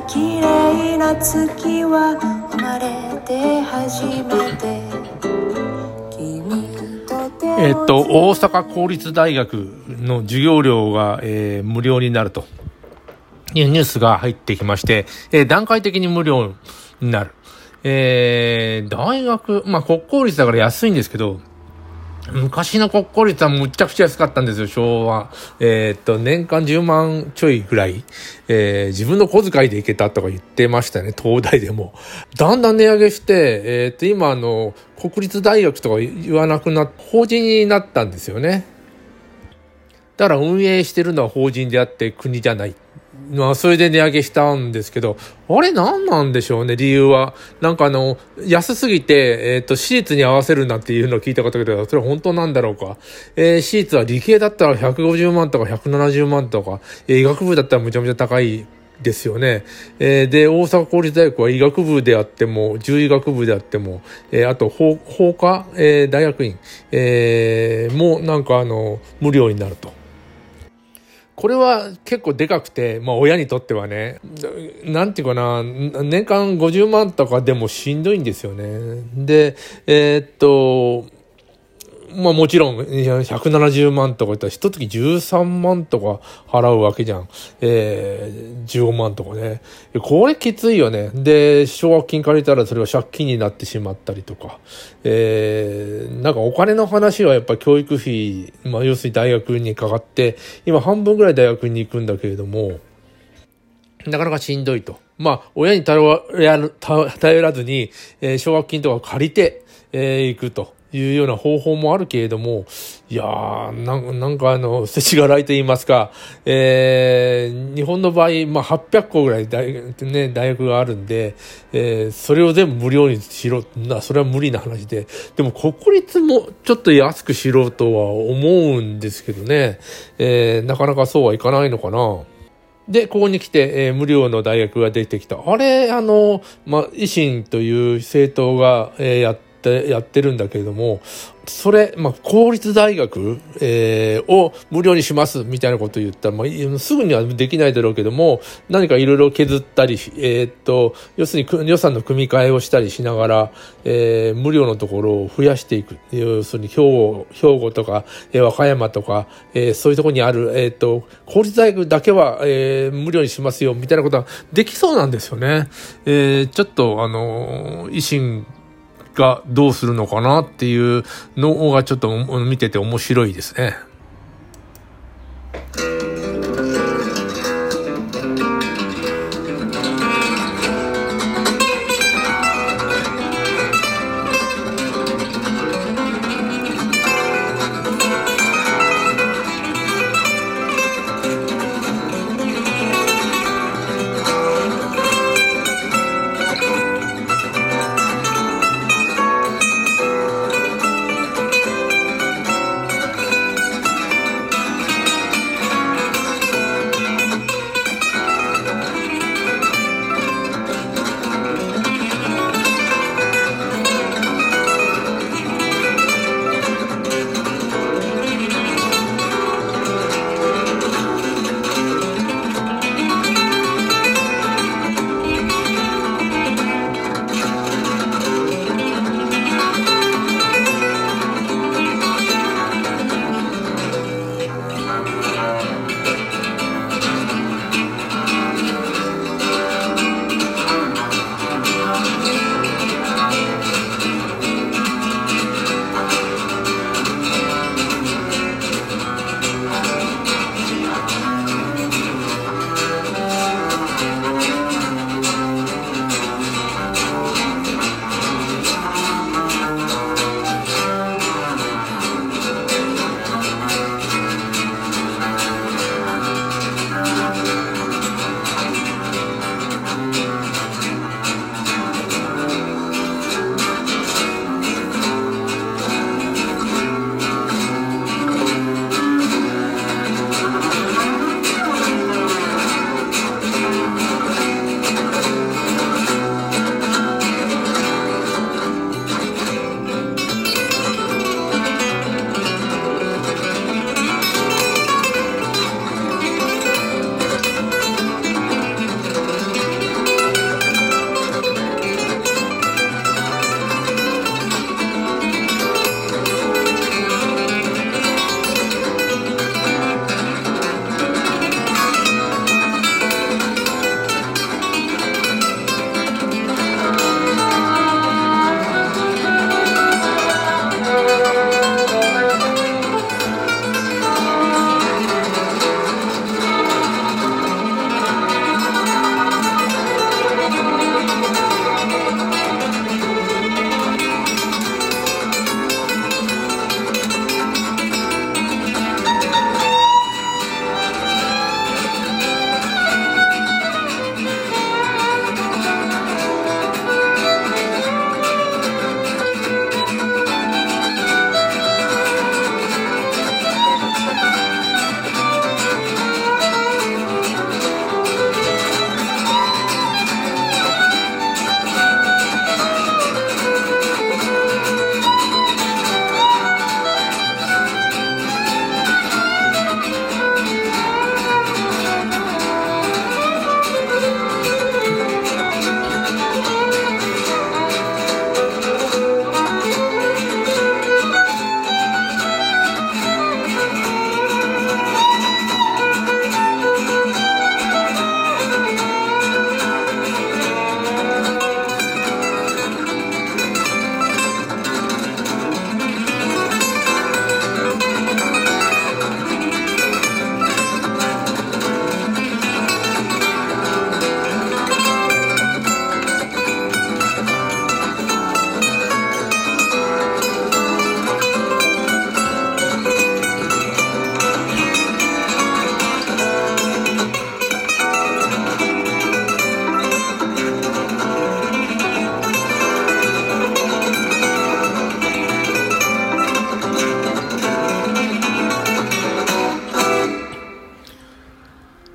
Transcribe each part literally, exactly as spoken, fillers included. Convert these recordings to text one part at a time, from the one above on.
綺麗な月は生まれて初めて君と手をえっと大阪公立大学の授業料が、えー、無料になるというニュースが入ってきまして、えー、段階的に無料になる。えー、大学、まあ国公立だから安いんですけど、昔の国公立はむっちゃくちゃ安かったんですよ、昭和。えー、っと、年間じゅうまんちょいぐらい、えー、自分の小遣いで行けたとか言ってましたね、東大でも。だんだん値上げして、えー、っと、今あの、国立大学とか言わなくなっ、法人になったんですよね。だから運営してるのは法人であって国じゃない。まあ、それで値上げしたんですけど、あれ何なんでしょうね、理由は。なんかあの、安すぎて、えっと、私立に合わせるなんていうのを聞いたことだけど、それ本当なんだろうか。えー、私立は理系だったらひゃくごじゅうまんとかひゃくななじゅうまんとか、えー、医学部だったらむちゃむちゃ高いですよね。えー、で、大阪公立大学は医学部であっても、獣医学部であっても、えー、あと法、法科、えー、大学院、えー、もなんかあの、無料になると。これは結構でかくて、まあ親にとってはね、なんていうかな、年間ごじゅうまんとかでもしんどいんですよね。で、えー、っと、まあもちろん、ひゃくななじゅうまんとか言ったら、一月じゅうさんまんとか払うわけじゃん。えー、じゅうごまんとかね。これきついよね。で、奨学金借りたらそれは借金になってしまったりとか。えー、なんかお金の話はやっぱ教育費、まあ要するに大学にかかって、今半分ぐらい大学に行くんだけれども、なかなかしんどいと。まあ、親に頼ら、頼らずに、えー、奨学金とか借りて、えー、行くというような方法もあるけれども、いやー、なん、なんかあの、世知辛いと言いますか、えー、日本の場合、まあ、はっぴゃっこぐらい大学、ね、大学があるんで、えー、それを全部無料にしろ、な、それは無理な話で、でも国立もちょっと安くしろとは思うんですけどね、えー、なかなかそうはいかないのかな。で、ここに来て、えー、無料の大学が出てきた。あれ、あの、まあ、維新という政党が、えー、やって、やってるんだけれども、それ、まあ、公立大学、えー、を無料にします、みたいなことを言ったら、まあ、すぐにはできないだろうけども、何かいろいろ削ったり、えー、っと、要するに予算の組み替えをしたりしながら、えー、無料のところを増やしていく。要するに、兵庫、兵庫とか、えー、和歌山とか、えー、そういうところにある、えー、っと、公立大学だけは、えー、無料にしますよ、みたいなことはできそうなんですよね。えー、ちょっと、あの、維新、がどうするのかなっていうのがちょっと見てて面白いですね。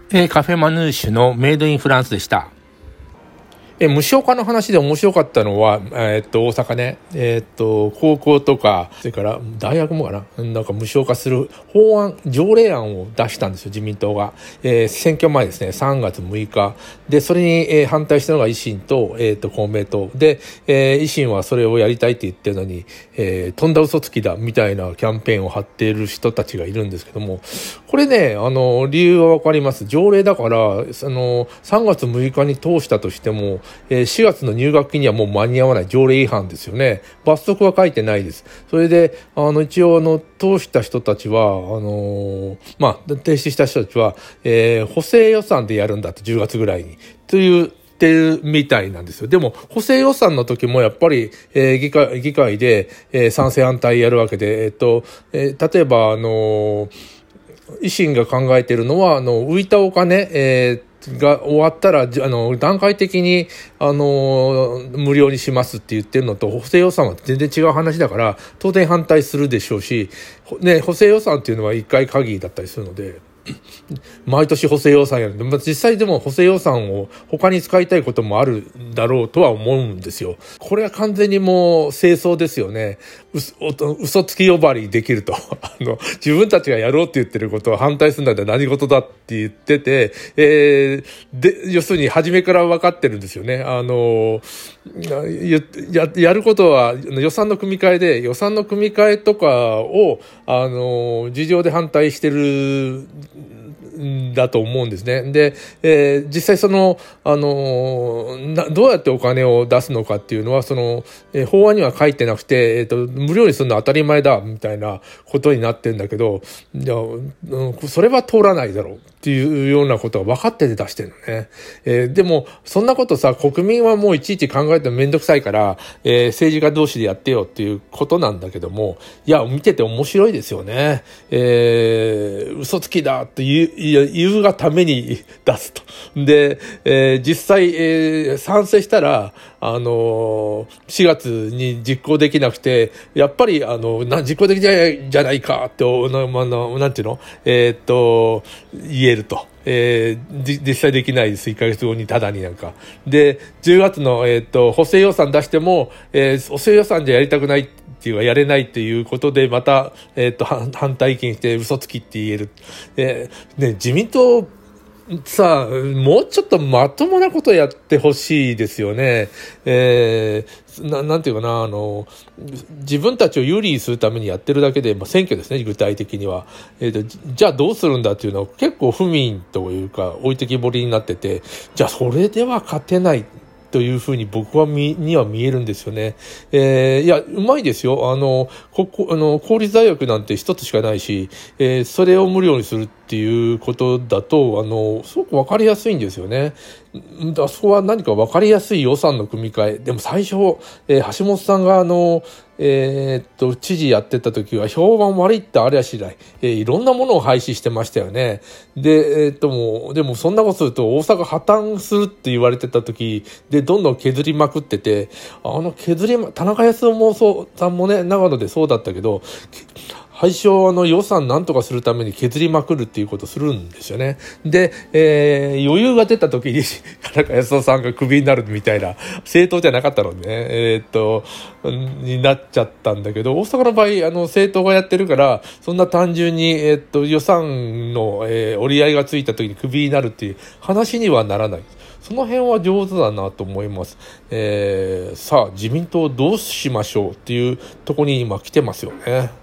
えー、カフェマヌーシュのメイドインフランスでした。え、虫岡の話で面白かったのは、えー、っと、大阪ね、えー、っと、高校とか、それから大学もかな、なんか無償化する法案、条例案を出したんですよ、自民党が。えー、選挙前ですね、さんがつむいか。で、それに、えー、反対したのが維新と、えー、っと、公明党。で、えー、維新はそれをやりたいって言ってるのに、えー、とんだ嘘つきだ、みたいなキャンペーンを張っている人たちがいるんですけども、これね、あの、理由はわかります。条例だから、その、さんがつむいかに通したとしても、しがつの入学期にはもう間に合わない条例違反ですよね。罰則は書いてないです。それで、あの、一応、あの、通した人たちは、あのー、まあ、提出した人たちは、えー、補正予算でやるんだと、じゅうがつぐらいに。という、ってるみたいなんですよ。でも、補正予算の時もやっぱり、えー、議会、議会で、えー、賛成反対やるわけで、えっと、えー、例えば、あのー、維新が考えているのは、あの、浮いたお金、えーが終わったら、あの、段階的に、あの、無料にしますって言ってるのと、補正予算は全然違う話だから、当然反対するでしょうし、ね、補正予算っていうのは一回限りだったりするので、毎年補正予算やるんで、まあ、実際でも補正予算を他に使いたいこともあるだろうとは思うんですよ。これは完全にもう清掃ですよね。嘘、嘘つき呼ばわりできると。あの、自分たちがやろうって言ってることを反対するんだったら何事だって言ってて、えー、で、要するに初めから分かってるんですよね。あの、や、やることは予算の組み替えで、予算の組み替えとかを、あの、事情で反対してる、だと思うんですね。で、えー、実際その、あのな、どうやってお金を出すのかっていうのは、その、えー、法案には書いてなくて、えっと、無料にするのは当たり前だ、みたいなことになってんだけど、いや、うん、それは通らないだろうっていうようなことが分かってて出してるのね。えー、でも、そんなことさ、国民はもういちいち考えてもめんどくさいから、えー、政治家同士でやってよっていうことなんだけども、いや、見てて面白いですよね。えー、嘘つきだって言う、言うがために出すと。で、えー、実際、えー、賛成したら、あのー、しがつに実行できなくて、やっぱり、あの、な、実行できないじゃないかって、な、まあ、なんていうのえー、っと、言えると。えー、実際できないです。いっかげつごにただになんか。で、じゅうがつの、えー、っと、補正予算出しても、えー、補正予算じゃやりたくないっていうか、やれないっていうことで、また、えー、っと、反対意見して嘘つきって言える。えー、ね、自民党、さあ、もうちょっとまともなことやってほしいですよね。えー、な、なんていうかな、あの、自分たちを有利にするためにやってるだけで、まあ、選挙ですね、具体的には。えーと、じゃあどうするんだっていうのは結構不民というか、置いてきぼりになってて、じゃあそれでは勝てない。というふうに僕はみ、には見えるんですよね。えー、いや、うまいですよ。あの、ここ、あの、公立大学なんて一つしかないし、えー、それを無料にするっていうことだと、あの、すごくわかりやすいんですよね。あそこは何かわかりやすい予算の組み替え。でも最初、えー、橋本さんがあの、えー、っと、知事やってた時は評判悪いってありゃしない。えー、いろんなものを廃止してましたよね。で、えー、っともう、でもそんなことすると大阪破綻するって言われてた時で、どんどん削りまくってて、あの削りま、田中康夫もそう、さんもね、長野でそうだったけど、最初の予算なんとかするために削りまくるっていうことをするんですよね。で、えー、余裕が出た時に、田中康夫さんがクビになるみたいな、政党じゃなかったのでね、えー、っと、になっちゃったんだけど、大阪の場合、あの、政党がやってるから、そんな単純に、えー、っと、予算の、えー、折り合いがついた時にクビになるっていう話にはならない。その辺は上手だなと思います。えー、さあ、自民党どうしましょうっていうところに今来てますよね。